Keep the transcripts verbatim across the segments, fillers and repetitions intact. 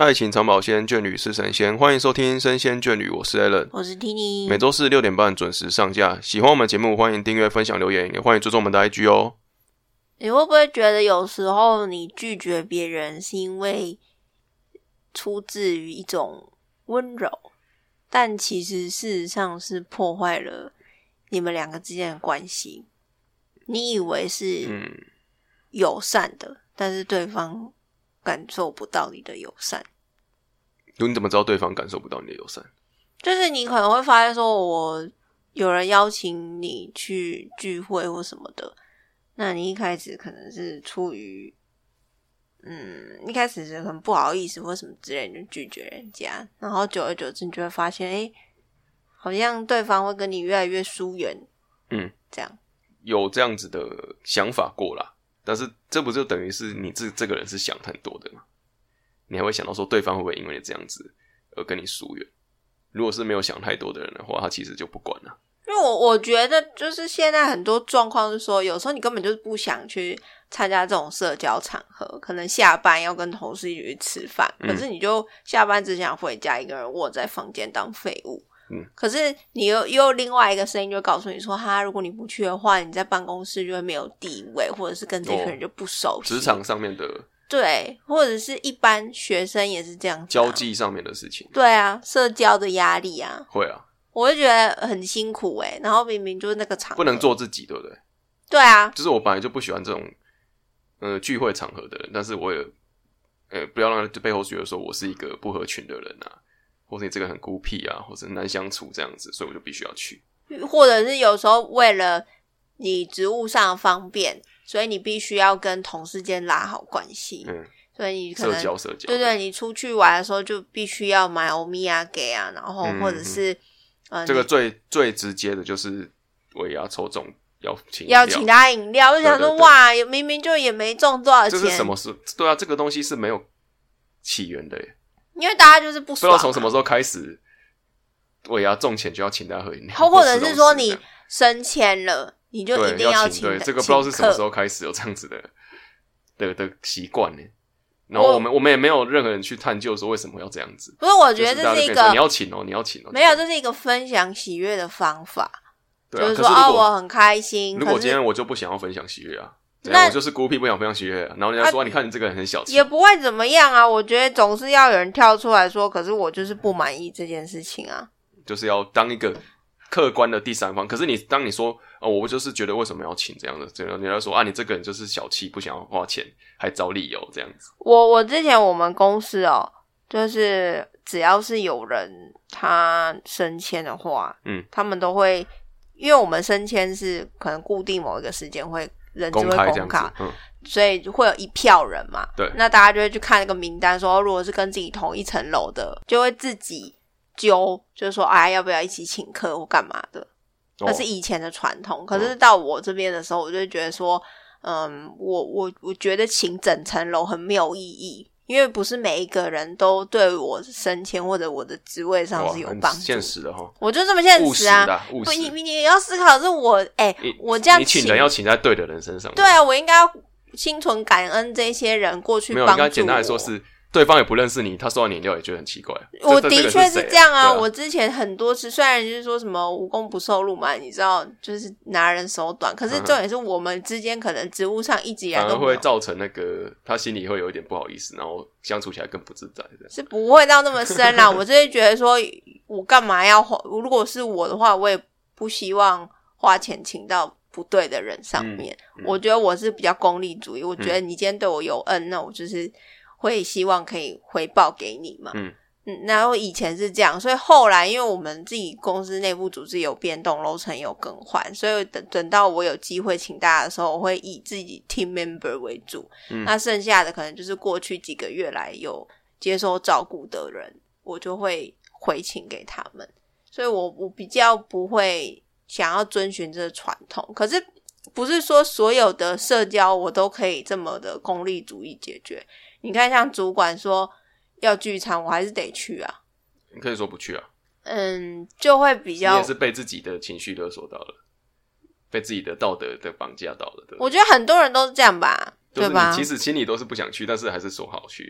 爱情长保鲜，眷侣是神仙。欢迎收听生鲜眷侣，我是 Alan， 我是 Tini， 每周四六点半准时上架。喜欢我们节目，欢迎订阅、分享、留言，也欢迎追踪我们的 I G 哦。 你会不会觉得有时候你拒绝别人是因为出自于一种温柔，但其实事实上是破坏了你们两个之间的关系？你以为是友善的，嗯、但是对方感受不到你的友善。 你怎么知道对方感受不到你的友善？ 就是你可能会发现说，我有人邀请你去聚会或什么的，那你一开始可能是出于嗯，一开始是很不好意思或什么之类，你就拒绝人家，然后久而久之你就会发现，诶，好像对方会跟你越来越疏远。嗯，这样有这样子的想法过啦，但是这不就等于是你这这个人是想很多的吗？你还会想到说对方会不会因为你这样子而跟你疏远？如果是没有想太多的人的话，他其实就不管了。 因为我我觉得就是现在很多状况是说，有时候你根本就是不想去参加这种社交场合，可能下班要跟同事一起去吃饭，可是你就下班只想回家，一个人窝在房间当废物。嗯，可是你又又另外一个声音就告诉你说，哈，如果你不去的话，你在办公室就会没有地位，或者是跟这群人就不熟悉。 职场上面的。 对，或者是一般学生也是这样子、啊、 交际上面的事情。 对啊，社交的压力啊。 会啊， 我会觉得很辛苦欸，然后明明就是那个场合不能做自己，对不对？ 对啊， 就是我本来就不喜欢这种呃聚会场合的人，但是我也呃不要让他背后觉得说我是一个不合群的人啊，或者你这个很孤僻啊，或者难相处这样子，所以我就必须要去。 或者是有时候为了你职务上的方便，所以你必须要跟同事间拉好关系。嗯，所以你可能社交社交， 对对，你出去玩的时候就必须要买欧米亚给啊，然后或者是、 嗯呃、这个最最直接的就是尾牙抽中要请要请他饮料，就想说对对对哇，明明就也没中多少钱， 这是什么事？对啊，这个东西是没有起源的耶， 因为大家就是不爽、啊， 不知道从什么时候开始，尾牙中钱就要请他喝饮料， 或者是说你升迁了。你就一定要请， 对，这个不知道是什么时候开始有这样子的的的习惯呢。然后我们我们也没有任何人去探究说为什么要这样子。 不是，我觉得这是一个你要请哦，你要请哦， 没有，这是一个分享喜悦的方法。 对啊， 就是说哦，我很开心。 如果今天我就不想要分享喜悦啊，那我就是孤僻不想分享喜悦啊，然后人家说、啊、你看你这个人很小气， 也不会怎么样啊。我觉得总是要有人跳出来说，可是我就是不满意这件事情啊， 就是要当一个客观的第三方。可是你当你说哦，我就是觉得为什么要请这样的，这样人家说啊，你这个人就是小气，不想要花钱，还找理由这样子。 我我之前我们公司哦，就是只要是有人他升迁的话，嗯，他们都会，因为我们升迁是可能固定某一个时间会人就会公卡，嗯，所以会有一票人嘛， 对， 那大家就会去看那个名单说，说如果是跟自己同一层楼的，就会自己揪，就是说哎，要不要一起请客或干嘛的。那是以前的传统，可是到我这边的时候，我就觉得说，嗯，我我我觉得请整层楼很没有意义，因为不是每一个人都对我升迁或者我的职位上是有帮助。 现实的哈， 我就这么现实啊， 务实的， 你你要思考是我，哎、欸，我这样你请人要请在对的人身上。 对啊，我应该要心存感恩，这些人过去帮助我。 没有，应该简单来说是。对方也不认识你，他收到你饮料也觉得很奇怪。 我的确是这样啊， 啊我之前很多次，虽然就是说什么无功不受禄嘛，你知道，就是拿人手短，可是重点是我们之间可能职务上一直以来都反而会造成那个他心里会有一点不好意思，然后相处起来更不自在的。 是不会到那么深啦，我就是觉得说，我干嘛要花？如果是我的话，我也不希望花钱请到不对的人上面。嗯嗯、我觉得我是比较功利主义，我觉得你今天对我有恩，那我就是会希望可以回报给你嘛。嗯嗯，然后以前是这样，所以后来因为我们自己公司内部组织有变动，楼层有更换，所以等等到我有机会请大家的时候，我会以自己 team member 为主。嗯，那剩下的可能就是过去几个月来有接受照顾的人，我就会回请给他们。所以我我比较不会想要遵循这个传统，可是不是说所有的社交我都可以这么的功利主义解决。你看像主管说要聚餐，我还是得去啊。 你可以说不去啊。 嗯，就会比较， 你也是被自己的情绪勒索到了，被自己的道德的绑架到了。对， 我觉得很多人都是这样吧， 就是、 对吧？ 你其实心里都是不想去，但是还是说好去。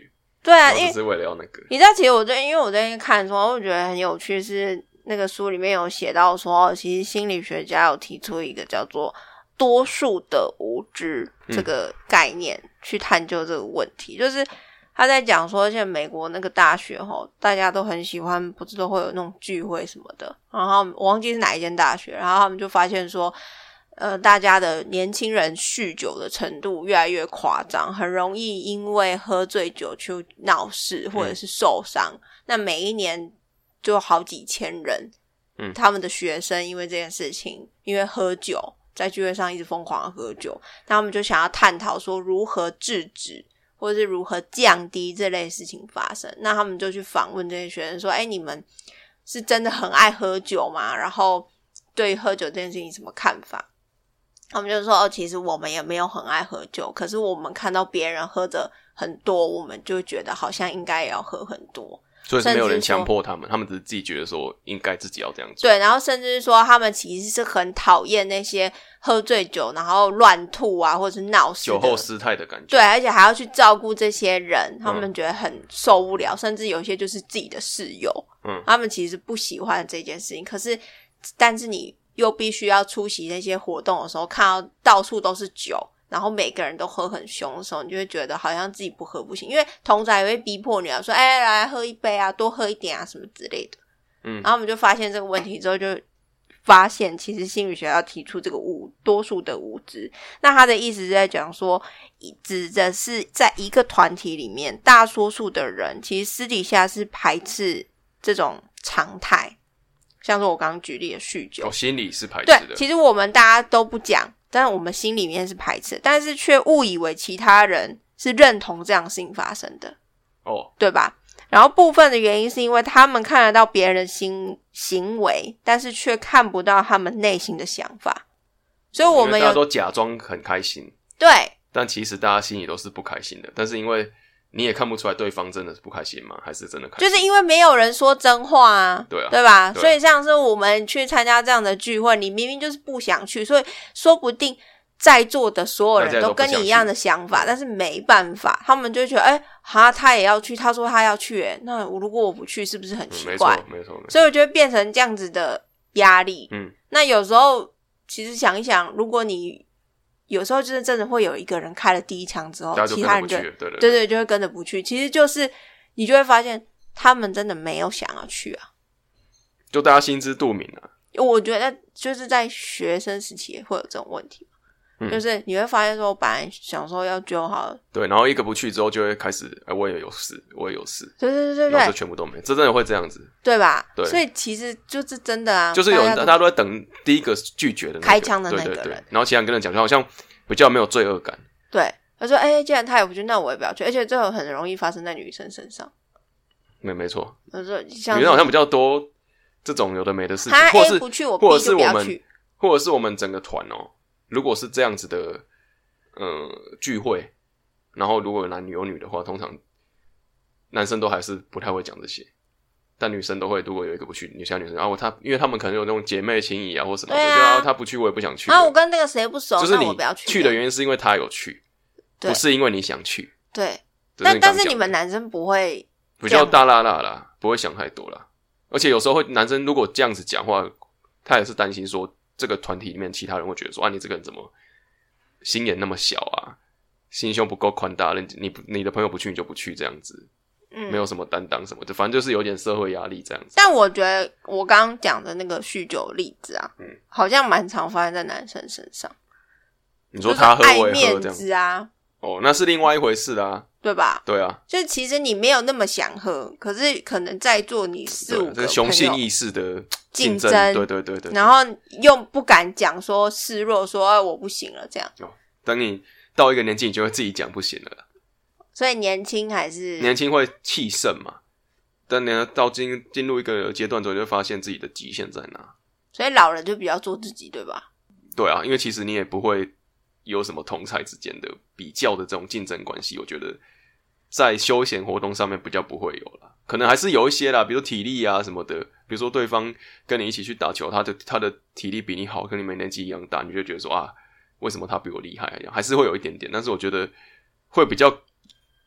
对啊， 因为只是为了要那个。 你知道，其实我最近因为我最近看的时候，我觉得很有趣，是那个书里面有写到说，其实心理学家有提出一个叫做多数的无知这个概念、嗯、去探究这个问题，就是他在讲说，现在美国那个大学齁，大家都很喜欢，不是都会有那种聚会什么的，然后我忘记是哪一间大学，然后他们就发现说呃，大家的年轻人酗酒的程度越来越夸张，很容易因为喝醉酒去闹事或者是受伤、嗯、那每一年就好几千人嗯，他们的学生因为这件事情，因为喝酒在聚会上一直疯狂的喝酒，那他们就想要探讨说如何制止或者是如何降低这类事情发生。那他们就去访问这些学生说，诶，你们是真的很爱喝酒吗？然后对喝酒这件事情什么看法？他们就说，哦，其实我们也没有很爱喝酒，可是我们看到别人喝着很多，我们就觉得好像应该也要喝很多。 所以是没有人强迫他们，他们只是自己觉得说应该自己要这样做。 对，然后甚至是说他们其实是很讨厌那些喝醉酒然后乱吐啊或者是闹事酒后失态的感觉。 对，而且还要去照顾这些人，他们觉得很受不了、嗯、甚至有些就是自己的室友，嗯，他们其实不喜欢这件事情，可是但是你又必须要出席那些活动的时候，看到到处都是酒，然后每个人都喝很凶的时候，你就会觉得好像自己不喝不行，因为同侪也会逼迫你啊，说哎，来喝一杯啊，多喝一点啊什么之类的。嗯，然后我们就发现这个问题之后，就发现其实心理学要提出这个无多数的无知。那他的意思是在讲说，指的是在一个团体里面，大多数的人其实私底下是排斥这种常态，像是我刚刚举例的酗酒， 我、哦、心里是排斥的。 对，其实我们大家都不讲，但是我们心里面是排斥，但是却误以为其他人是认同这样的事情发生的，哦，对吧？然后部分的原因是因为他们看得到别人的行行为，但是却看不到他们内心的想法，所以我们有大家都假装很开心， 对， 但其实大家心里都是不开心的，但是因为你也看不出来对方真的是不开心吗？还是真的开心？ 就是因为没有人说真话啊， 对啊， 对吧？ 对啊， 所以像是我们去参加这样的聚会，你明明就是不想去，所以说不定在座的所有人都跟你一样的想法，但是没办法，他们就觉得哎，哈，他也要去，他说他要去，哎，那如果我不去是不是很奇怪？ 嗯、没错没错没错， 所以我就会变成这样子的压力。嗯，那有时候其实想一想，如果你有时候就是真的会有一个人开了第一枪之后，其他人就对对 对, 对对就会跟着不去，其实就是你就会发现他们真的没有想要去啊， 就大家心知肚明啊。 我觉得就是在学生时期也会有这种问题，嗯、就是你会发现说，我本来想说要揪好了， 对，然后一个不去之后就会开始，哎、欸，我也有事，我也有事， 对对对对， 然后就全部都没，这真的会这样子， 对吧？ 对， 所以其实就是真的啊， 就是有人大家都在等第一个拒绝的、那个、 开枪的那个人， 对对对，然后其他人跟人讲，就好像比较没有罪恶感， 对，他说，哎、欸，既然他也不去，那我也不要去，而且这种很容易发生在女生身上， 没没错， 我说像女生好像比较多这种有的没的事情， 他或者是 A 不去，我 B 或者是我们就不要去， 或者是我们整个团哦，如果是这样子的。呃，聚会，然后如果有男女有女的话，通常男生都还是不太会讲这些，但女生都会。如果有一个不去，女生女生，然后他，因为他们可能有那种姐妹情谊啊，或什么的， 对啊， 就啊他不去，我也不想去。 啊，我跟那个谁不熟， 就是你那我不要去。 去的原因是因为他有去，不是因为你想去。 对， 但但是你们男生不会比较大啦啦啦，不会想太多啦。而且有时候会，男生如果这样子讲话，他也是担心说，这个团体里面其他人会觉得说，啊，你这个人怎么心眼那么小啊？心胸不够宽大，你你的朋友不去你就不去这样子，嗯，没有什么担当什么的，反正就是有点社会压力这样子。 但我觉得我刚刚讲的那个酗酒例子啊，嗯，好像蛮常发生在男生身上。 你说他喝我也喝这样， 爱面子啊， 哦，那是另外一回事啦， 对吧？ 对啊， 就其实你没有那么想喝，可是可能在座你四五个朋友， 雄性意识的竞争，对对对 对, 对， 然后又不敢讲说示弱，说、哎、我不行了这样。 哦，等你到一个年纪，你就会自己讲不行了啦。 所以年轻还是年轻会气盛嘛？但你到进进入一个阶段之后，就会发现自己的极限在哪。 所以老人就比较做自己，对吧？ 对啊，因为其实你也不会有什么同侪之间的比较的这种竞争关系。我觉得在休闲活动上面比较不会有啦，可能还是有一些啦，比如体力啊什么的。比如说对方跟你一起去打球，他的他的体力比你好，跟你们年纪一样大，你就觉得说啊。为什么他比我厉害？还是会有一点点，但是我觉得会比较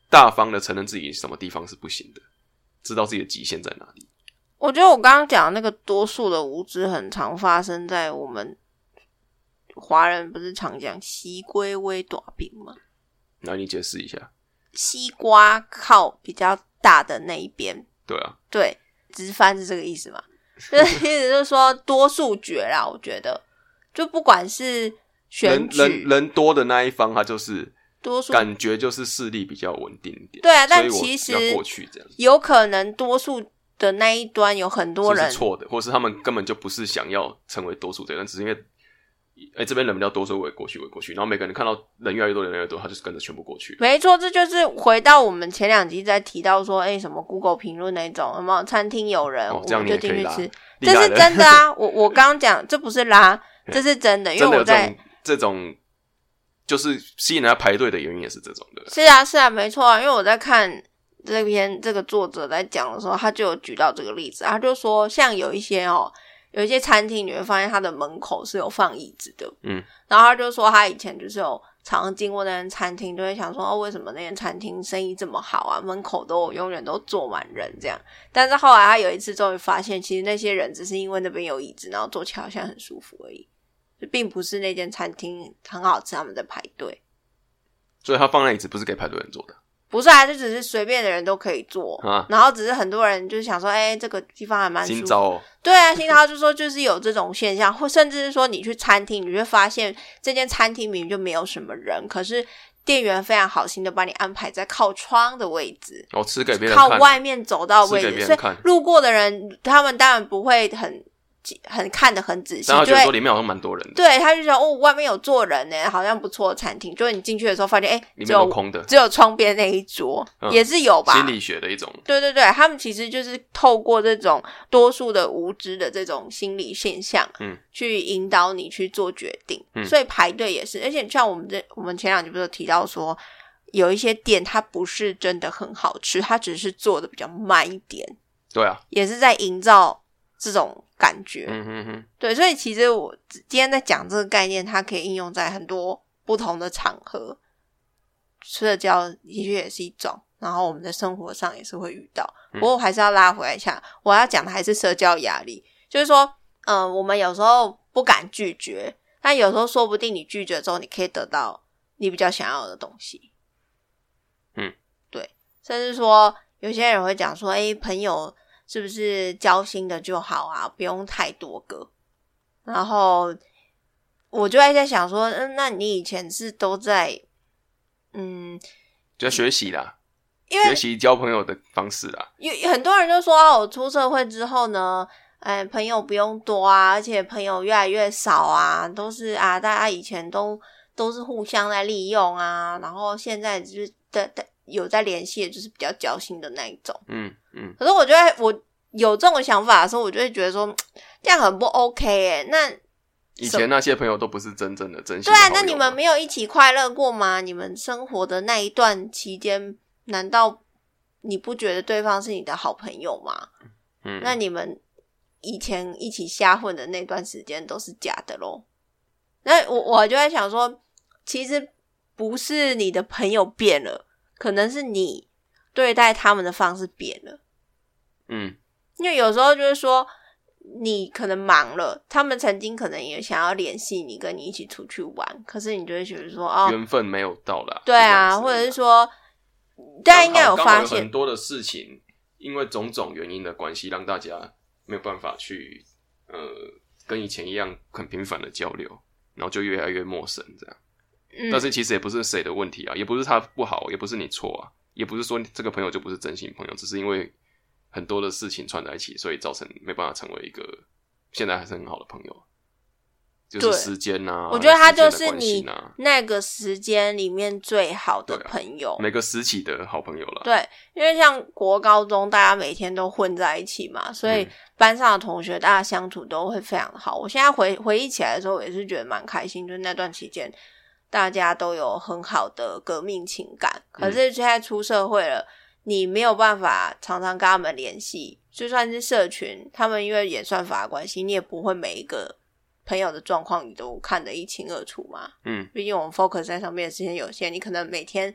大方的承认自己什么地方是不行的，知道自己的极限在哪里。 我觉得我刚刚讲的那个多数的无知很常发生在我们华人，不是常讲西龟微大饼吗？ 那你解释一下。 西瓜靠比较大的那一边。 对啊。 对，直翻是这个意思嘛？就是意思就是说多数决啦，我觉得就不管是选举， 人人人多的那一方，他就是多数感觉就是势力比较稳定一点。 对啊，但其实要过去这样， 有可能多数的那一端有很多人是错的，或是他们根本就不是想要成为多数的人，只是因为哎、欸、这边人比较多，所以我也过去，我也过去，然后每个人看到人越来越多，人越来越多，他就是跟着全部过去。 没错，这就是回到我们前两集在提到说，哎、欸，什么 Google 评论那种，有没有餐厅有人， 哦、 我们就进去吃， 这是真的啊！我我刚刚讲，这不是拉，这是真的，因为我在这种就是吸引人家排队的原因也是这种的。 是啊，是啊，没错啊，因为我在看这篇这个作者在讲的时候，他就有举到这个例子，他就说，像有一些哦。有一些餐厅你会发现它的门口是有放椅子的， 嗯， 然后他就说他以前就是有常常经过那间餐厅，就会想说哦，为什么那间餐厅生意这么好啊？门口都永远都坐满人这样。但是后来他有一次终于发现，其实那些人只是因为那边有椅子，然后坐起来好像很舒服而已，就并不是那间餐厅很好吃，他们在排队。 所以他放那椅子不是给排队人坐的。 不是啊，就只是随便的人都可以坐、 啊、 然后只是很多人就是想说哎、欸，这个地方还蛮舒服。 新招哦。 对啊，新招就说就是有这种现象，或甚至是说你去餐厅，你会发现这间餐厅明明就没有什么人，可是店员非常好心的把你安排在靠窗的位置， 哦，吃给别人看， 靠外面走到位置，所以路过的人他们当然不会很很看得很仔细， 但他觉得说里面好像蛮多人的， 对，他就觉得哦，外面有坐人呢，好像不错的餐厅。就是你进去的时候发现，哎， 里面都空的， 只有窗边那一桌、嗯、也是有吧？ 心理学的一种， 对对对，他们其实就是透过这种多数的无知的这种心理现象， 嗯， 去引导你去做决定。 嗯， 所以排队也是，而且像我们这我们前两集不是有提到说，有一些店它不是真的很好吃，它只是做的比较慢一点。 对啊，也是在营造这种感觉。 嗯哼哼， 对，所以其实我今天在讲这个概念，它可以应用在很多不同的场合，社交的确也是一种，然后我们的生活上也是会遇到。不过我还是要拉回来一下，我要讲的还是社交压力，就是说，嗯、呃，我们有时候不敢拒绝，但有时候说不定你拒绝之后，你可以得到你比较想要的东西。 嗯， 对，甚至说有些人会讲说，诶，朋友是不是交心的就好啊，不用太多个。然后我就在想说，嗯，那你以前是都在嗯就在学习啦， 因为学习交朋友的方式啦。 有很多人就说啊，我出社会之后呢，哎，朋友不用多啊，而且朋友越来越少啊，都是啊，大家以前都都是互相在利用啊，然后现在就是的有在联系的，就是比较交心的那一种。 嗯嗯。 可是我觉得我有这种想法的时候，我就会觉得说这样很不 OK 耶。那以前那些朋友都不是真正的真心的对啊，那你们没有一起快乐过吗？你们生活的那一段期间，难道你不觉得对方是你的好朋友吗？嗯，那你们以前一起瞎混的那段时间都是假的咯。那我我就在想说，其实不是你的朋友变了，可能是你对待他们的方式变了。 嗯， 因为有时候就是说你可能忙了，他们曾经可能也想要联系你，跟你一起出去玩，可是你就会觉得说哦， 缘分没有到啦。 对啊，或者是说大家应该有发现刚好有很多的事情因为种种原因的关系，让大家没有办法去呃跟以前一样很频繁的交流，然后就越来越陌生这样。嗯，但是其实也不是谁的问题啊，也不是他不好，也不是你错啊，也不是说这个朋友就不是真心朋友，只是因为很多的事情串在一起，所以造成没办法成为一个现在还是很好的朋友。就是时间啊， 我觉得他就是你那个时间里面最好的朋友， 啊，每个时期的好朋友啦。 对，因为像国高中大家每天都混在一起嘛，所以班上的同学大家相处都会非常的好。我现在回回忆起来的时候，我也是觉得蛮开心，就是那段期间大家都有很好的革命情感。可是现在出社会了，你没有办法常常跟他们联系，就算是社群，他们因为演算法的关系，你也不会每一个朋友的状况你都看得一清二楚嘛。嗯，毕竟我们 focus 在上面的时间有限，你可能每天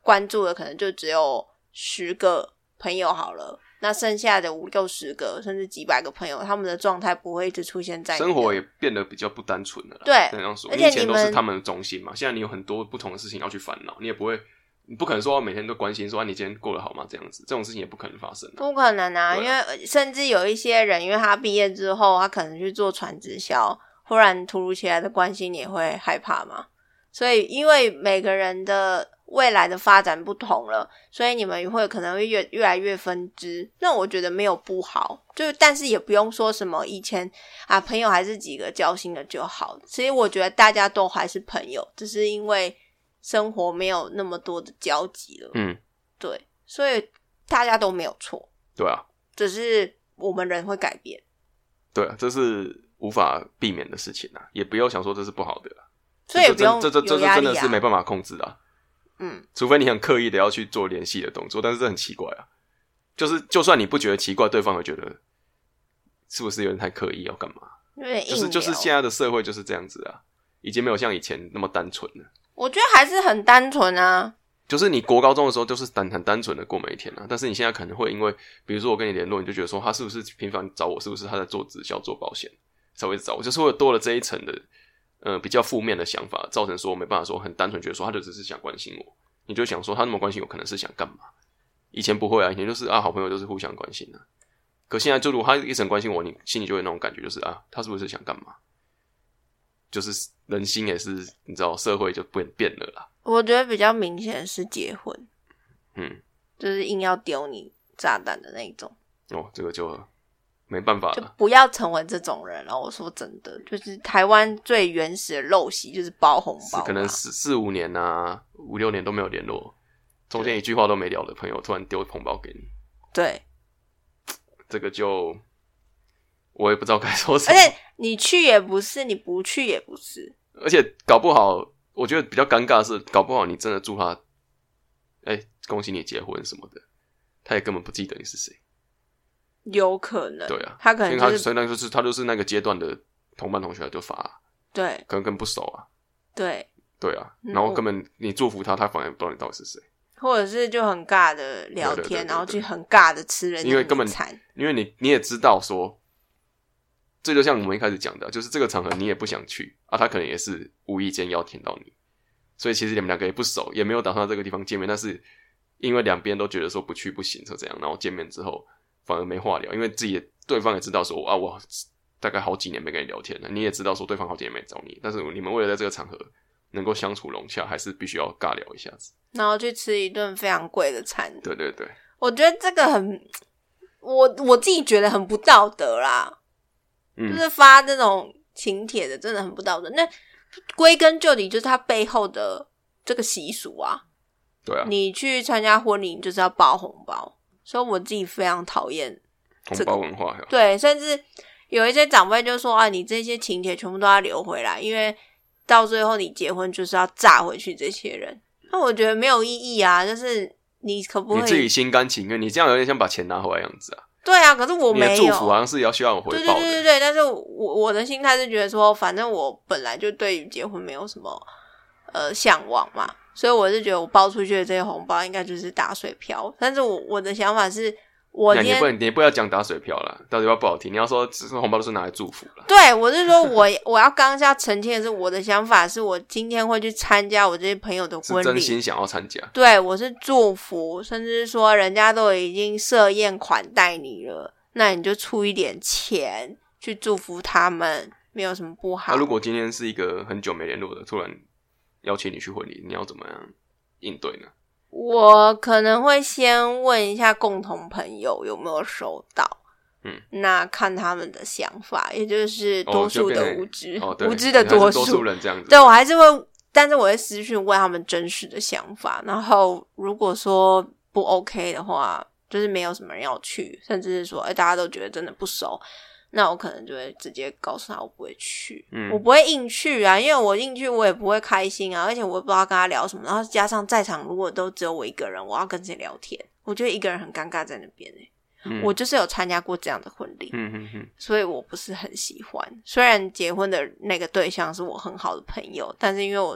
关注的可能就只有十个朋友好了，那剩下的五六十个甚至几百个朋友，他们的状态不会一直出现在你的生活也变得比较不单纯了啦。 对， 这样说， 而且以前都是他们的中心嘛，现在你有很多不同的事情要去烦恼，你也不会，你不可能说每天都关心说啊你今天过得好吗？这样子，这种事情也不可能发生、啊。 不可能啊， 啊因为甚至有一些人，因为他毕业之后，他可能去做传直销，忽然突如其来的关心，你也会害怕嘛。所以，因为每个人的未来的发展不同了，所以你们会可能会越越来越分支。那我觉得没有不好，就但是也不用说什么以前啊朋友还是几个交心的就好。其实我觉得大家都还是朋友，只是因为生活没有那么多的交集了。 嗯， 对，所以大家都没有错。 对啊， 只是我们人会改变。 对啊，这是无法避免的事情啊，也不要想说这是不好的啦。 所以也不用这这这这真的是没办法控制啊。 嗯， 除非你很刻意的要去做联系的动作，但是这很奇怪啊。就是就算你不觉得奇怪，对方会觉得是不是有点太刻意要干嘛？ 有点硬聊。 就是就是现在的社会就是这样子啊，已经没有像以前那么单纯了。 我觉得还是很单纯啊。 就是你国高中的时候就是单很单纯的过每一天啊，但是你现在可能会因为，比如说我跟你联络，你就觉得说他是不是频繁找我，是不是他在做直销做保险才会找我，就是会有多了这一层的呃比较负面的想法，造成说没办法说很单纯觉得说他就只是想关心我，你就想说他那么关心我可能是想干嘛？以前不会啊，以前就是啊好朋友就是互相关心啊，可现在就如果他一直很关心我，你心里就会那种感觉就是啊他是不是想干嘛？就是人心也是你知道社会就变变了啦。 我觉得比较明显是结婚， 嗯， 就是硬要丢你炸弹的那一种。 哦，这个就没办法了， 就不要成为这种人了。我说真的，就是台湾最原始的陋习就是包红包， 可能四四五年啊，五六年都没有联络，中间一句话都没聊的朋友突然丢红包给你， 对， 这个就我也不知道该说什么。 而且你去也不是，你不去也不是， 而且搞不好，我觉得比较尴尬的是，搞不好你真的祝他，哎、欸，恭喜你结婚什么的，他也根本不记得你是谁。 有可能， 对啊， 他可能就是， 所以他就是他就是那个阶段的同班同学就发、啊， 对， 可能根本不熟啊， 对， 对啊，然后根本你祝福他，他反而不知道你到底是谁， 或者是就很尬的聊天， 对对对对对， 然后去很尬的吃人家因为根本餐， 因为你你也知道说，这就像我们一开始讲的，就是这个场合你也不想去啊，他可能也是无意间邀请到你，所以其实你们两个也不熟，也没有打算在这个地方见面，但是因为两边都觉得说不去不行，就这样，然后见面之后。反而没话聊，因为自己也对方也知道说啊，我大概好几年没跟你聊天了，你也知道说对方好几年没找你，但是你们为了在这个场合能够相处融洽，还是必须要尬聊一下子， 然后去吃一顿非常贵的餐。 对对对， 我觉得这个很，我我自己觉得很不道德啦，嗯，就是发这种请帖的真的很不道德。那归根究底就是他背后的这个习俗啊， 对啊， 你去参加婚礼就是要包红包。所以我自己非常讨厌红包文化， 对，甚至有一些长辈就说啊，你这些请帖全部都要留回来，因为到最后你结婚就是要炸回去这些人。那我觉得没有意义啊，就是你可不可以你自己心甘情愿？你这样有点像把钱拿回来的样子啊。 对啊，可是我没有。 你的祝福好像是要需要我回报的。 对对对对对，但是我我的心态是觉得说，反正我本来就对于结婚没有什么呃向往嘛。所以我是觉得我包出去的这些红包应该就是打水漂，但是我我的想法是，我今天你不能你不要讲打水漂啦，到底要不好听？你要说这红包都是拿来祝福啦。 对，我是说我我要刚下澄清的是，我的想法是我今天会去参加我这些朋友的婚礼， 是真心想要参加。 对，我是祝福，甚至是说人家都已经设宴款待你了，那你就出一点钱去祝福他们，没有什么不好。 那、啊、如果今天是一个很久没联络的，突然邀请你去婚礼，你要怎么样应对呢？ 我可能会先问一下共同朋友有没有收到，嗯，那看他们的想法，也就是多数的无知， 哦、 无知的多数， 多数人这样子。 对，我还是会，但是我会私讯问他们真实的想法，然后如果说不 OK 的话，就是没有什么人要去，甚至是说，哎，大家都觉得真的不熟。那我可能就会直接告诉他我不会去、嗯、我不会硬去啊，因为我硬去我也不会开心啊，而且我也不知道跟他聊什么，然后加上在场如果都只有我一个人，我要跟谁聊天，我觉得一个人很尴尬在那边、欸嗯、我就是有参加过这样的婚礼、嗯嗯嗯、所以我不是很喜欢，虽然结婚的那个对象是我很好的朋友，但是因为我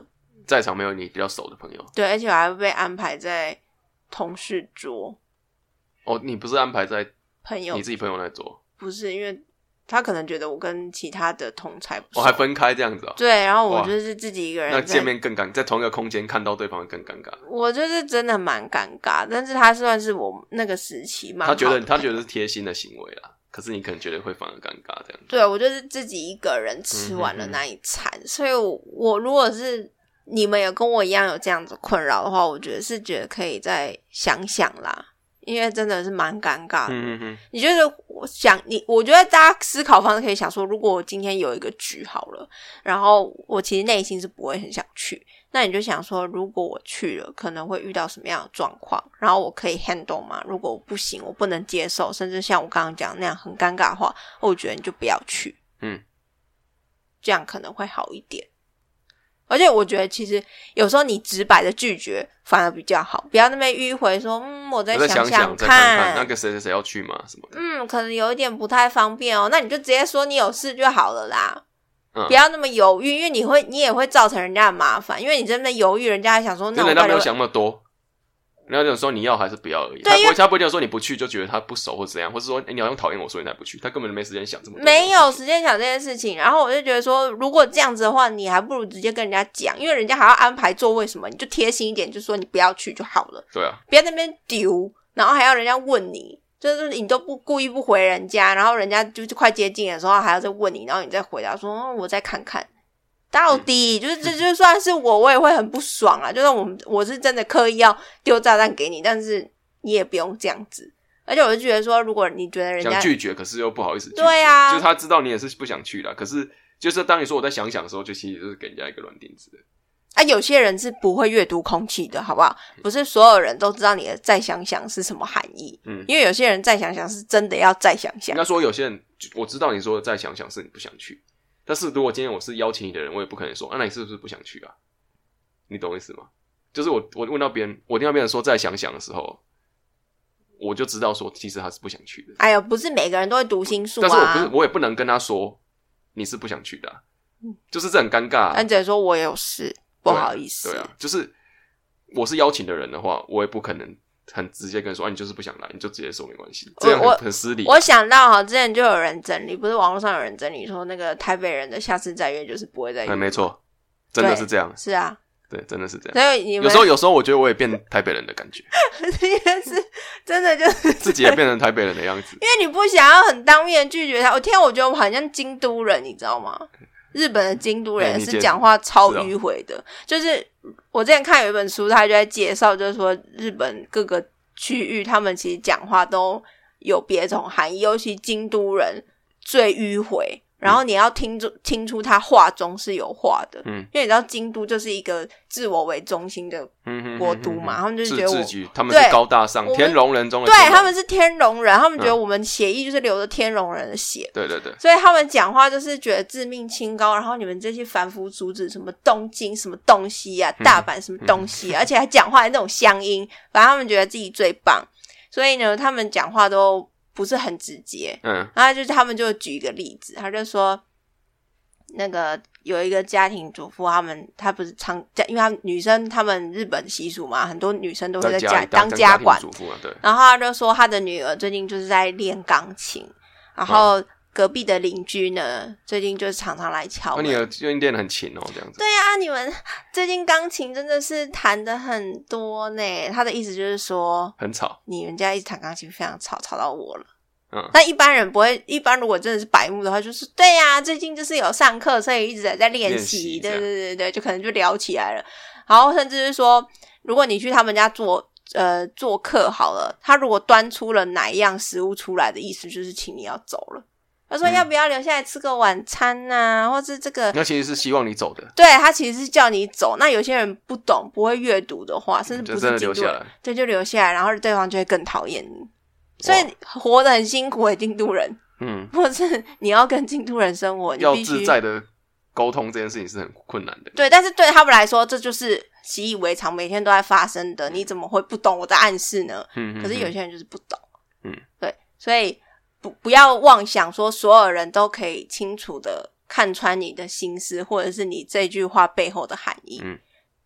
在场没有你比较熟的朋友。 对，而且我还会被安排在同事桌。 哦，你不是安排在朋友你自己朋友那桌？ 不是，因为他可能觉得我跟其他的同才不熟， 我、哦、还分开这样子啊、哦？ 对，然后我就是自己一个人， 那见面更尴尬，在同一个空间看到对方更尴尬。 我就是真的蛮尴尬，但是他算是我那个时期蛮好的朋友， 他觉得他觉得是贴心的行为啦，可是你可能觉得会反而尴尬这样子。 对，我就是自己一个人吃完了那一餐，嗯、哼哼所以我我如果是你们有跟我一样有这样子困扰的话，我觉得是觉得可以再想想啦。因为真的是蛮尴尬的。嗯嗯你觉得我想你，我觉得大家思考方式可以想说，如果我今天有一个局好了，然后我其实内心是不会很想去，那你就想说，如果我去了，可能会遇到什么样的状况，然后我可以 handle 吗？如果我不行，我不能接受，甚至像我刚刚讲那样很尴尬的话，我觉得你就不要去。嗯，这样可能会好一点。而且我觉得其实有时候你直白的拒绝反而比较好，不要那边迂回说嗯我再想想看再看看那个谁谁谁要去吗什么的， 嗯可能有一点不太方便哦，那你就直接说你有事就好了啦。嗯、不要那么犹豫，因为你会你也会造成人家的麻烦，因为你真的犹豫，人家还想说那我人家没有想那么多，人家就说你要还是不要而已。他不会他不一定说你不去就觉得他不熟或怎样，或是说、欸、你好像讨厌我所以你才不去，他根本没时间想这么多， 没有时间想这件事情。然后我就觉得说，如果这样子的话，你还不如直接跟人家讲，因为人家还要安排座位什么，你就贴心一点，就说你不要去就好了。 对啊， 不要在那边丢，然后还要人家问你，就是你都不故意不回人家，然后人家就是快接近的时候还要再问你，然后你再回答说、嗯、我再看看。到底、嗯、就是这就算是我我也会很不爽啊，就算我我是真的刻意要丢炸弹给你，但是你也不用这样子。而且我就觉得说，如果你觉得人家想拒绝可是又不好意思拒绝， 对啊， 就是他知道你也是不想去啦，可是就是当你说我再想想的时候，就其实就是给人家一个软钉子的啊。有些人是不会阅读空气的好不好，不是所有人都知道你的再想想是什么含义。嗯，因为有些人再想想是真的要再想想， 应该说有些人我知道你说的再想想是你不想去，但是如果今天我是邀请你的人，我也不可能说啊那你是不是不想去啊，你懂我意思吗？就是我我问到别人，我听到别人说再想想的时候，我就知道说其实他是不想去的。 哎呦，不是每个人都会读心术啊， 但是我不是我也不能跟他说你是不想去的、啊嗯、就是这很尴尬、啊。 但只能说我有事不好意思。 对啊，就是我是邀请的人的话，我也不可能很直接跟你说啊你就是不想来，你就直接说没关系，这样 很, 很失礼。 我想到哈，之前就有人整理，不是网络上有人整理说那个台北人的下次再约就是不会再约、 嗯、没错，真的是这样。 是啊， 对，真的是这样。 所以你们有时候有时候我觉得我也变台北人的感觉是真的就是自己也变成台北人的样子， 因为你不想要很当面拒绝他。我天，我觉得我好像京都人，你知道吗？日本的京都人是讲话超迂回的、哦、就是我之前看有一本书，他就在介绍，就是说日本各个区域他们其实讲话都有别种含义，尤其京都人最迂回，然后你要听出听出他话中是有话的，嗯，因为你知道京都就是一个自我为中心的国都嘛，嗯、他们就觉得我自己他们是高大上天龙人中的对他们是天龙人，他们觉得我们血液就是流着天龙人的血， 对对对， 所以他们讲话就是觉得自命清高，然后你们这些凡夫俗子什么东京什么东西啊，大阪什么东西、啊嗯、而且还讲话的那种乡音，反正他们觉得自己最棒，所以呢他们讲话都不是很直接。嗯，然后就是他们就举一个例子，他就说那个有一个家庭主妇，他们他不是常因为他女生他们日本习俗嘛，很多女生都会在家当家管， 对， 然后他就说他的女儿最近就是在练钢琴，然后隔壁的邻居呢最近就是常常来敲门， 那、啊、你最近练得很勤哦，这样子。 对啊，你们最近钢琴真的是弹得很多呢。他的意思就是说很吵， 你们家一直弹钢琴非常吵，吵到我了。嗯，但一般人不会，一般如果真的是白目的话，就是对呀、啊，最近就是有上课，所以一直在在练习，对对对对，就可能就聊起来了。然后甚至是说，如果你去他们家做呃做客好了，他如果端出了哪一样食物出来的意思，就是请你要走了。他说要不要留下来吃个晚餐啊、嗯、或是这个， 那其实是希望你走的。 对，他其实是叫你走。那有些人不懂不会阅读的话，甚至不是京都人，对，就留下来，然后对方就会更讨厌你。所以活得很辛苦诶，京都人，嗯，或是你要跟京都人生活，你要自在的沟通这件事情是很困难的。 对，但是对他们来说这就是习以为常，每天都在发生的，你怎么会不懂我的暗示呢？嗯，可是有些人就是不懂。嗯，对，所以不不要妄想说所有人都可以清楚的看穿你的心思，或者是你这句话背后的含义。嗯，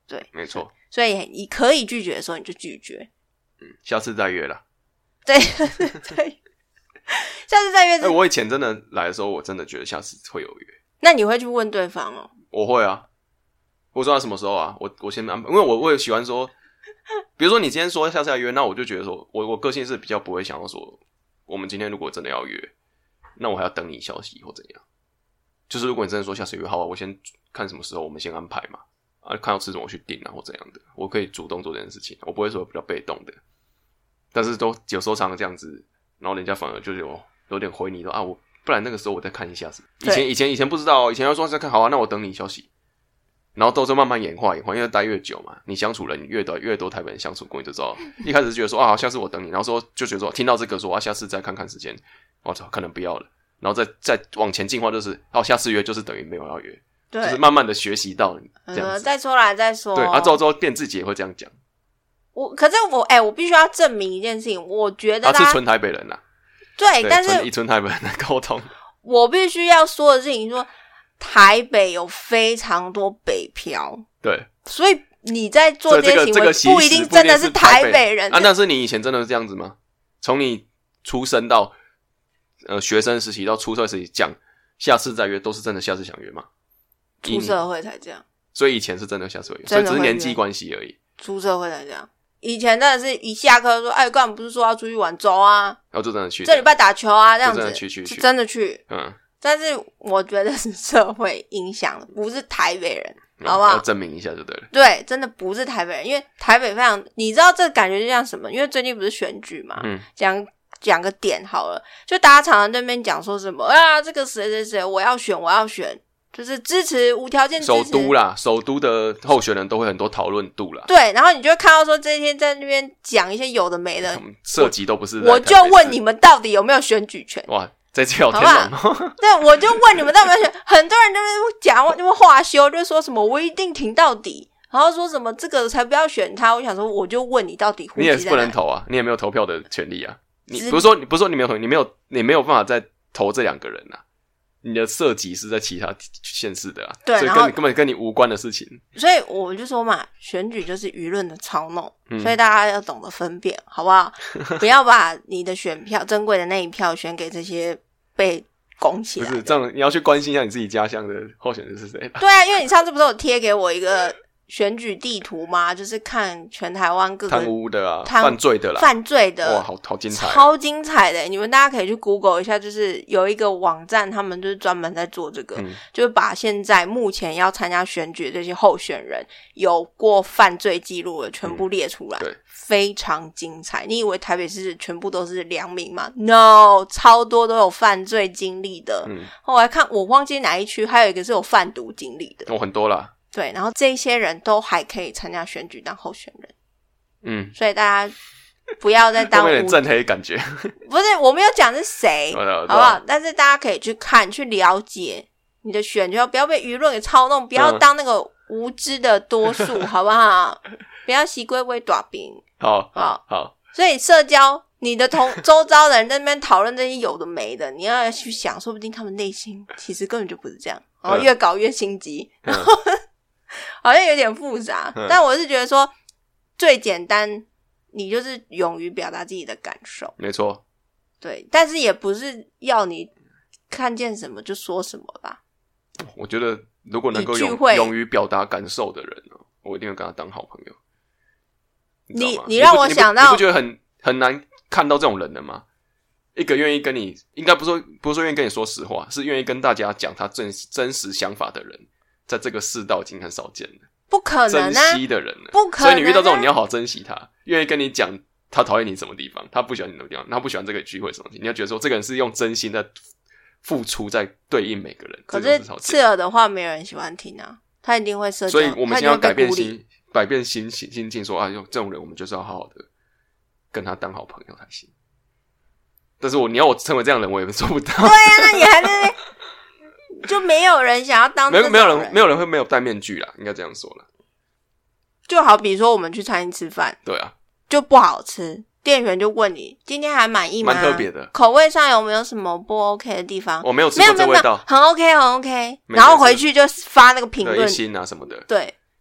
对， 没错。 所以你可以拒绝的时候你就拒绝， 嗯，下次再约啦。 对对，下次再约、 欸。我以前真的来的时候，我真的觉得下次会有约。 那你会去问对方哦？ 我会啊，我说他什么时候啊？我我先安排，因为我我也喜欢说，比如说你今天说下次要约，那我就觉得说我我个性是比较不会想要说，我们今天如果真的要约，那我还要等你消息或怎样。就是如果你真的说下次约好啊，我先看什么时候，我们先安排嘛。啊，看要吃什么我去订啊，或怎样的，我可以主动做这件事情，我不会说比较被动的。但是都有时候常常这样子，然后人家反而就是有有点回你说啊，我不然那个时候我再看一下子。以前以前以前不知道，以前要说再看好啊，那我等你消息。然后都是慢慢演化演化，因为待越久嘛，你相处人越多越多台北人相处过，你就知道。一开始觉得说啊，下次我等你，然后说就觉得说听到这个说啊，下次再看看时间，我操，可能不要了。然后再再往前进化，就是哦，下次约就是等于没有要约。 对， 就是慢慢的学习到这样子、 呃、再说来再说。 对，啊，之后之后变自己也会这样讲。 我可是我哎、欸，我必须要证明一件事情，我觉得他是纯台北人呐、啊。 对， 对， 但是以纯台北人的沟通， 我必须要说的事情说，台北有非常多北漂， 对， 所以你在做这些行为， 这个这个、 不一定真的是台北人啊。但是你以前真的是这样子吗？从你出生到呃学生时期到出社时期讲下次再约，都是真的下次想约吗？ 出社会才这样， 所以以前是真的下次会约，所以只是年纪关系而已。 出社会才这样，以前真的是一下课说，哎，刚才不是说要出去玩，走啊， 然后就真的去， 这礼拜打球啊，这样子， 真的去去去， 真的去， 嗯。 但是我觉得是社会影响的，不是台北人，嗯、好不好？ 要证明一下就对了。 对，真的不是台北人，因为台北非常，你知道这感觉就像什么？因为最近不是选举嘛，嗯，讲讲个点好了，就大家常常在那边讲说什么啊，这个谁谁谁我要选，我要选。就是支持无条件支持首都啦，首都的候选人都会很多讨论度啦。 对，然后你就会看到说这一天在那边讲一些有的没的， 涉及都不是。 我就问你们到底有没有选举权？ 哇，这次好天龙哦！对，我就问你们到底有没有选？很多人就是讲，就会话修，就说什么我一定挺到底，然后说什么这个才不要选他。我想说，我就问你到底户籍在哪里？ 你也是不能投啊，你也没有投票的权利啊。你不是说你不是说你没有投，你没有你没有办法再投这两个人啊。你的涉及是在其他县市的啊， 对， 所以跟根本跟你无关的事情。 所以我就说嘛，选举就是舆论的操弄、嗯，所以大家要懂得分辨，好不好？不要把你的选票珍贵的那一票选给这些被拱起来的。 不是这样，你要去关心一下你自己家乡的候选人是谁吧？ 对啊，因为你上次不是有贴给我一个选举地图吗？就是看全台湾各个贪污的啊，犯罪的啦， 犯罪的， 哇，好好精彩， 超精彩的！你们大家可以去 Google 一下，就是有一个网站，他们就是专门在做这个，嗯、就是把现在目前要参加选举的这些候选人有过犯罪记录的全部列出来， 嗯、对， 非常精彩。你以为台北市全部都是良民吗 ？No， 超多都有犯罪经历的。嗯，后来看我忘记哪一区，还有一个是有贩毒经历的， 有、哦、很多啦。 对，然后这些人都还可以参加选举当候选人， 嗯， 所以大家不要再当有点正黑感觉， 不是我没有讲是谁，好不好？但是大家可以去看去了解你的选举，不要被舆论给操弄，不要当那个无知的多数，好不好？不要习归为短兵， 好好好。 所以社交，你的同周遭的人在那边讨论这些有的没的，你要去想，说不定他们内心其实根本就不是这样，然后越搞越心机，然后。好像有点复杂、嗯、但我是觉得说最简单你就是勇于表达自己的感受， 没错， 对，但是也不是要你看见什么就说什么吧。 我觉得如果能够勇勇于表达感受的人、哦、我一定会跟他当好朋友。 你, 你, 你让我想到你, 不, 你, 不你不觉得很很难看到这种人的吗？一个愿意跟你应该不是说不是说愿意跟你说实话，是愿意跟大家讲他真真实想法的人，在这个世道已经很少见了， 不可能啊！ 珍惜的人了， 不可能、啊。 所以你遇到这种，你要好好珍惜他，愿意跟你讲他讨厌你什么地方，他不喜欢你什么地方，他不喜欢这个聚会什么东西，你要觉得说这个人是用真心在付出，在对应每个人。 可是刺耳的话，没有人喜欢听啊，他一定会社交。 所以我们现在要改变心，改变心心心境，说啊，用这种人，我们就是要好好的跟他当好朋友才行。但是我你要我成为这样的人，我也做不到。 对啊，那你还在那就没有人想要当这种人， 没有没有人没有人会没有戴面具啦，应该这样说啦。 就好比说我们去餐厅吃饭， 对啊， 就不好吃，店员就问你今天还满意吗？ 蛮特别的， 口味上有没有什么不 OK 的地方？ 我没有吃过这味道， 很 OK 很 OK， 然后回去就发那个评论， 一星啊什么的。 对，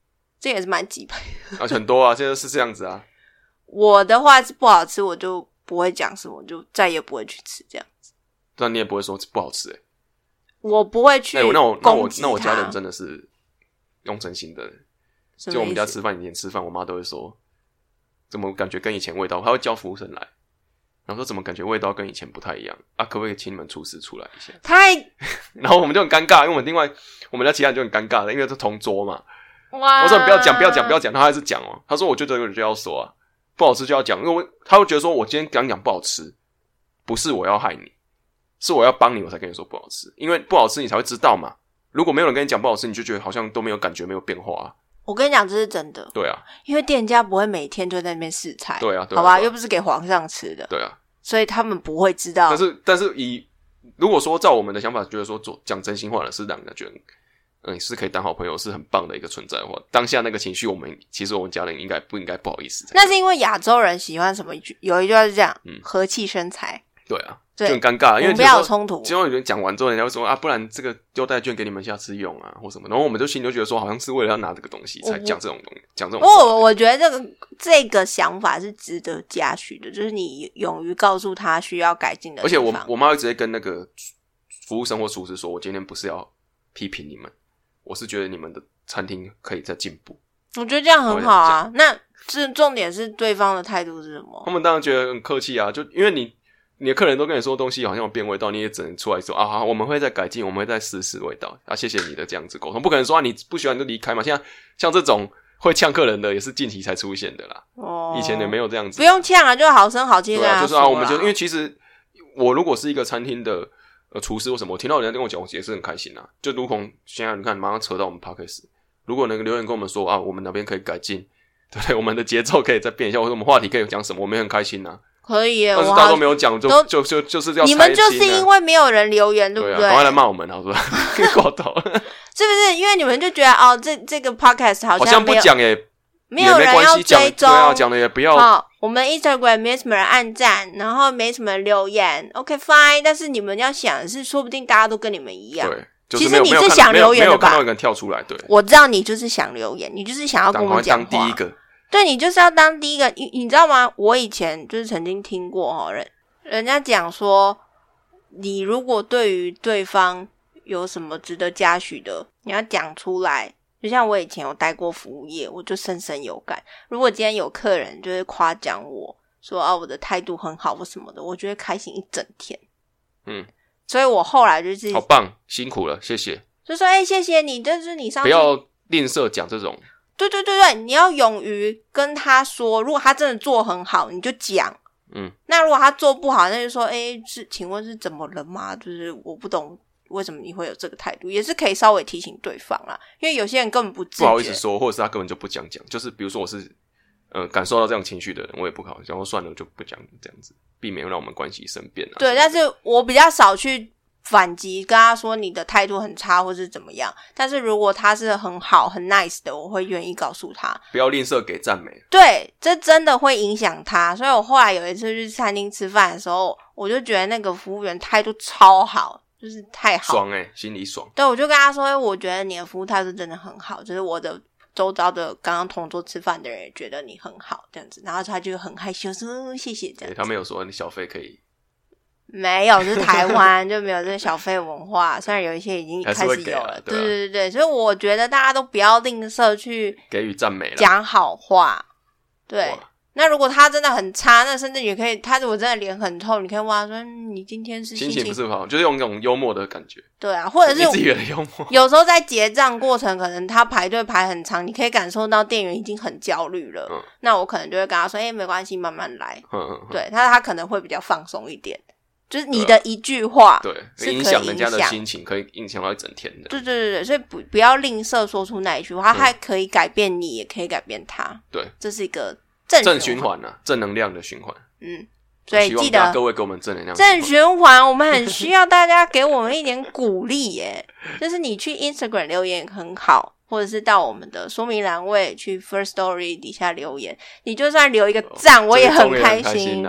这也是蛮鸡排啊，很多啊，现在是这样子啊。 我的话是不好吃，我就不会讲什么，我就再也不会去吃这样子。 但你也不会说不好吃欸。 我不会去攻击他。 欸、那我那我那我家人真的是用真心的。就我们家吃饭，以前吃饭，我妈都会说，怎么感觉跟以前味道？她会叫服务生来，然后说怎么感觉味道跟以前不太一样啊？可不可以请你们厨师出来一下？ 太， 然后我们就很尴尬，因为我们另外我们家其他人就很尴尬的，因为是同桌嘛。 哇！ 我说你不要讲，不要讲，不要讲，他还是讲哦。他说我觉得这个就要说啊，不好吃就要讲，因为我他会觉得说我今天讲讲不好吃，不是我要害你，是我要帮你，我才跟你说不好吃，因为不好吃你才会知道嘛。如果没有人跟你讲不好吃，你就觉得好像都没有感觉，没有变化啊。 我跟你讲，这是真的。 对啊， 因为店家不会每天就在那边试菜。 对啊，对啊， 好吧， 对啊， 又不是给皇上吃的。 对啊， 所以他们不会知道。 但是，但是以如果说照我们的想法，觉得说做讲真心话的是让人觉得，嗯，是可以当好朋友，是很棒的一个存在的话，当下那个情绪，我们其实我们家人应该不应该不好意思？ 那是因为亚洲人喜欢什么？有一句话是这样， 嗯， 和气生财。 对啊。就很尴尬，因为不要有冲突。 结果有人讲完之后，人家会说啊，不然这个丢代券给你们下次用啊，或什么。然后我们就心里就觉得说，好像是为了要拿这个东西才讲这种东西，讲这种。 我我觉得这个这个想法是值得嘉许的，就是你勇于告诉他需要改进的地方。 而且我我妈会直接跟那个服务生或厨师说，我今天不是要批评你们，我是觉得你们的餐厅可以再进步。 我觉得这样很好啊。那这重点是对方的态度是什么？ 他们当然觉得很客气啊，就因为你。你的客人都跟你说东西好像有变味道，你也只能出来说啊，好，我们会再改进，我们会再试试味道啊，谢谢你的这样子沟通，不可能说啊你不喜欢就离开嘛。现在像这种会呛客人的也是近期才出现的啦，哦，以前也没有这样子， 不用呛啊，就好声好气跟他说啦。 对啊，就是啊，我们就因为其实我如果是一个餐厅的呃厨师或什么，我听到人家跟我讲，我也是很开心啊。就如同现在你看，马上扯到我们 podcast， 如果那个留言跟我们说啊，我们那边可以改进，对不对？我们的节奏可以再变一下，或者我们话题可以讲什么，我们也很开心啊。 可以耶， 但是大家都没有讲，就就就就是要、啊、 你们就是因为没有人留言，对不对？ 对啊，赶快来骂我们，好不好？挂头， 是不是？因为你们就觉得哦，这这个 podcast 好像好像不讲也没有人要追踪， 对啊，讲的也不要。 哦，我们 Instagram 没什么人按赞，然后没什么人留言 ，OK fine。但是你们要想的是，说不定大家都跟你们一样。 对，就是、 其实你是想留言的吧？ 没有看到一个人跳出来，对， 我知道你就是想留言，你就是想要跟我讲话。 当第一个。 对，你就是要当第一个，你你知道吗？我以前就是曾经听过齁，人人家讲说，你如果对于对方有什么值得嘉许的，你要讲出来。就像我以前有待过服务业，我就深深有感。如果今天有客人就是夸奖我说啊，我的态度很好或什么的，我就会开心一整天。嗯，所以我后来就是好棒，辛苦了，谢谢。 就说哎、欸，谢谢你，这是你上次不要吝啬讲这种。 对对对对，你要勇于跟他说，如果他真的做很好，你就讲。嗯，那如果他做不好，那就说，诶，是，请问是怎么了吗？就是我不懂为什么你会有这个态度，也是可以稍微提醒对方啦。因为有些人根本不自觉， 不好意思说，或者是他根本就不讲讲，就是比如说我是呃感受到这样情绪的人，我也不好，然后算了就不讲这样子，避免让我们关系生变啊。 对，但是我比较少去反击，跟他说你的态度很差或是怎么样，但是如果他是很好很 nice 的，我会愿意告诉他， 不要吝啬给赞美。 对，这真的会影响他。所以我后来有一次去餐厅吃饭的时候，我就觉得那个服务员态度超好，就是太好， 爽欸，心里爽。对， 我就跟他说，欸，我觉得你的服务态度真的很好，就是我的周遭的刚刚同桌吃饭的人也觉得你很好这样子，然后他就很害羞说谢谢这样子。 他没有说你小费可以， 没有，是台湾就没有这个小费文化，虽然有一些已经开始有了，对、啊、对对对，所以我觉得大家都不要吝啬去给予赞美， 讲好话。对，那如果他真的很差，那甚至也可以，他如果真的脸很臭，你可以问他说：“你今天是心情心情不是好，就是用那种幽默的感觉。” 对啊，或者是自己的幽默。 有时候在结账过程，可能他排队排很长，你可以感受到店员已经很焦虑了。嗯，那我可能就会跟他说：“哎、欸，没关系，慢慢来。嗯”嗯嗯，对他，他可能会比较放松一点。就是你的一句话， 对，是可以影响人家的心情，可以影响到一整天的。 对对对对，所以不不要吝啬说出那一句话，它还可以改变你，也可以改变他。 对， 这是一个正正循环啊，正能量的循环。 嗯，所以记得各位给我们正能量正循环，我们很需要大家给我们一点鼓励耶。就是你去 Instagram 留言很好，或者是到我们的说明栏位去 First Story 底下留言，你就算留一个赞，哦、我也很开心。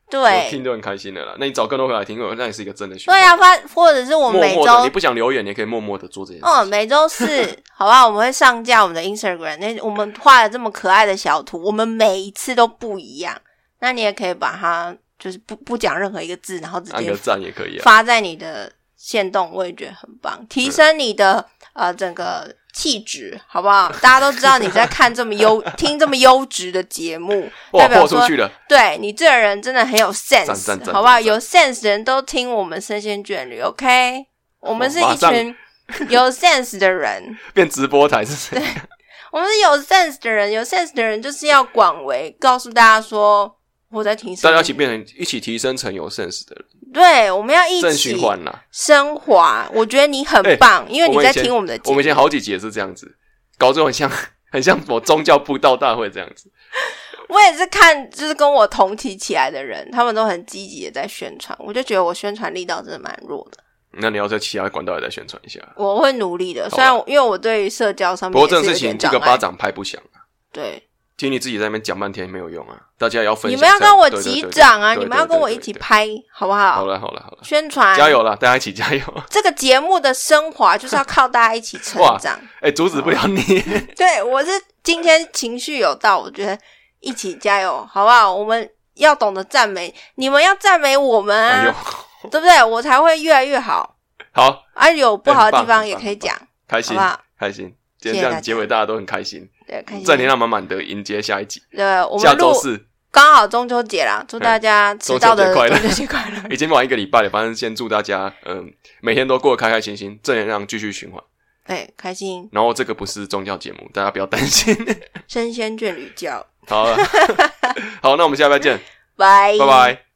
对， 听就很开心的啦。那你找更多回来听，那也是一个真的循环。 对啊，发或者是我们每周默默的，你不想留言，你也可以默默的做这件事。 嗯，每周四，好不好？我们会上架我们的 Instagram， 那我们画了这么可爱的小图，我们每一次都不一样。那你也可以把它，就是不不讲任何一个字，然后直接按个赞也可以啊， 发在你的限动，我也觉得很棒，提升你的、嗯、呃整个气质，好不好？大家都知道你在看这么优听这么优质的节目，代表说豁出去了， 对你这个人真的很有 sense， 赞赞赞好不好？有 sense 的人都听我们生鲜眷侣 ，OK？ 我们是一群有 sense 的人， 变直播台是谁？ 我们是有 sense 的人，有 sense 的人就是要广为告诉大家说我在听， 大家一起变成一起提升成有 sense 的人。 对，我们要一起正循环啦， 升华。我觉得你很棒，欸、因为你在听我们的节目。 我们以前好几集也是这样子，搞这种很像很像什么宗教布道大会这样子。 我也是看，就是跟我同期起来的人，他们都很积极的在宣传，我就觉得我宣传力道真的蛮弱的。 那你要在其他管道也再宣传一下。 我会努力的，虽然因为我对于社交上面也是有点障碍， 不过这种事情这个巴掌拍不响啊。 对。 听你自己在那边讲半天没有用啊！大家也要分享。 你们要跟我击掌啊！你们要跟我一起拍，好不好？ 好了好了好了， 宣传加油了，大家一起加油！这个节目的升华就是要靠大家一起成长。 哎、欸，阻止不了你。 对，我是今天情绪有到，我觉得一起加油，好不好？我们要懂得赞美，你们要赞美我们啊，哎、对不对？我才会越来越好。 好， 啊，有不好的地方也可以讲， 开心，好不好？开心。今天这样结尾，大家都很开心。 对，开心， 正能量满满的迎接下一集。 对，我们下周四刚好中秋节啦，祝大家迟到的中秋节快乐。 已经晚一个礼拜了，反正先祝大家，嗯，每天都过得开开心心，正能量继续循环。 对，开心。 然后这个不是宗教节目，大家不要担心。 生鲜眷侣教。 好了，好，那我们下礼拜见， 拜拜拜。